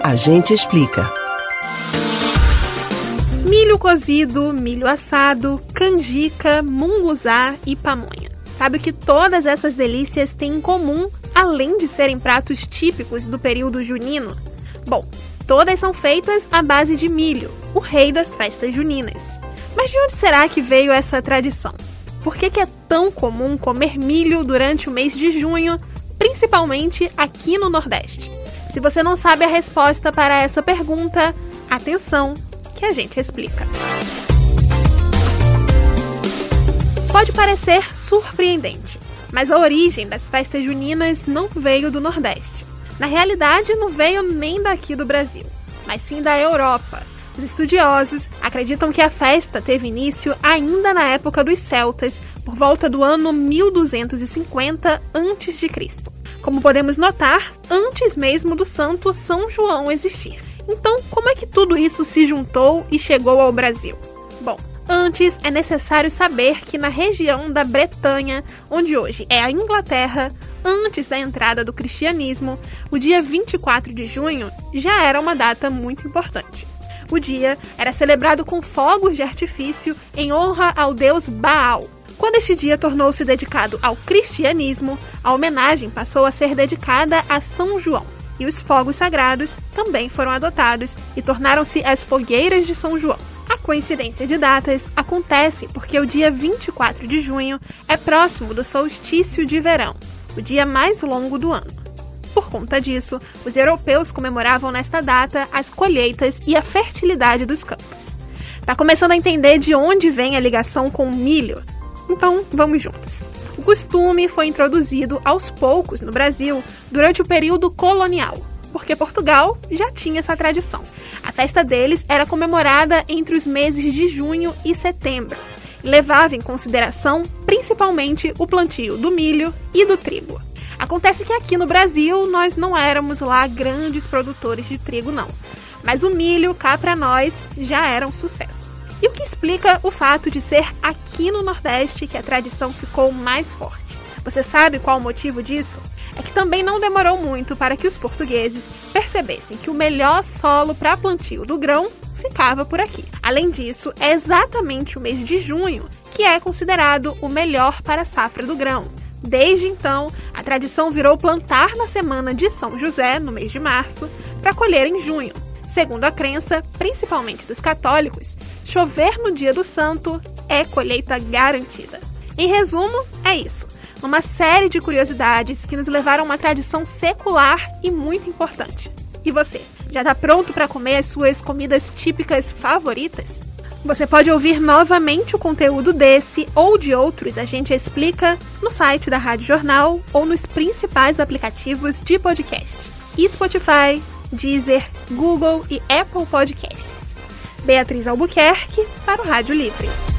A gente explica. Milho cozido, milho assado, canjica, munguzá e pamonha. Sabe o que todas essas delícias têm em comum, além de serem pratos típicos do período junino? Bom, todas são feitas à base de milho, o rei das festas juninas. Mas de onde será que veio essa tradição? Por que é tão comum comer milho durante o mês de junho, principalmente aqui no Nordeste? Se você não sabe a resposta para essa pergunta, atenção, que a gente explica. Pode parecer surpreendente, mas a origem das festas juninas não veio do Nordeste. Na realidade, não veio nem daqui do Brasil, mas sim da Europa. Os estudiosos acreditam que a festa teve início ainda na época dos celtas, por volta do ano 1250 a.C., como podemos notar, antes mesmo do santo São João existir. Então, como é que tudo isso se juntou e chegou ao Brasil? Bom, antes é necessário saber que na região da Bretanha, onde hoje é a Inglaterra, antes da entrada do cristianismo, o dia 24 de junho já era uma data muito importante. O dia era celebrado com fogos de artifício em honra ao deus Baal. Quando este dia tornou-se dedicado ao cristianismo, a homenagem passou a ser dedicada a São João. E os fogos sagrados também foram adotados e tornaram-se as fogueiras de São João. A coincidência de datas acontece porque o dia 24 de junho é próximo do solstício de verão, o dia mais longo do ano. Por conta disso, os europeus comemoravam nesta data as colheitas e a fertilidade dos campos. Tá começando a entender de onde vem a ligação com o milho? Então, vamos juntos. O costume foi introduzido aos poucos no Brasil durante o período colonial, porque Portugal já tinha essa tradição. A festa deles era comemorada entre os meses de junho e setembro, e levava em consideração principalmente o plantio do milho e do trigo. Acontece que aqui no Brasil nós não éramos lá grandes produtores de trigo não, mas o milho cá para nós já era um sucesso. E o que explica o fato de ser aqui no Nordeste que a tradição ficou mais forte. Você sabe qual o motivo disso? É que também não demorou muito para que os portugueses percebessem que o melhor solo para plantio do grão ficava por aqui. Além disso, é exatamente o mês de junho que é considerado o melhor para a safra do grão. Desde então, a tradição virou plantar na semana de São José, no mês de março, para colher em junho. Segundo a crença, principalmente dos católicos, chover no dia do santo é colheita garantida. Em resumo, é isso. Uma série de curiosidades que nos levaram a uma tradição secular e muito importante. E você, já está pronto para comer as suas comidas típicas favoritas? Você pode ouvir novamente o conteúdo desse ou de outros A Gente Explica no site da Rádio Jornal ou nos principais aplicativos de podcast: Spotify, Deezer, Google e Apple Podcasts. Beatriz Albuquerque para o Rádio Livre.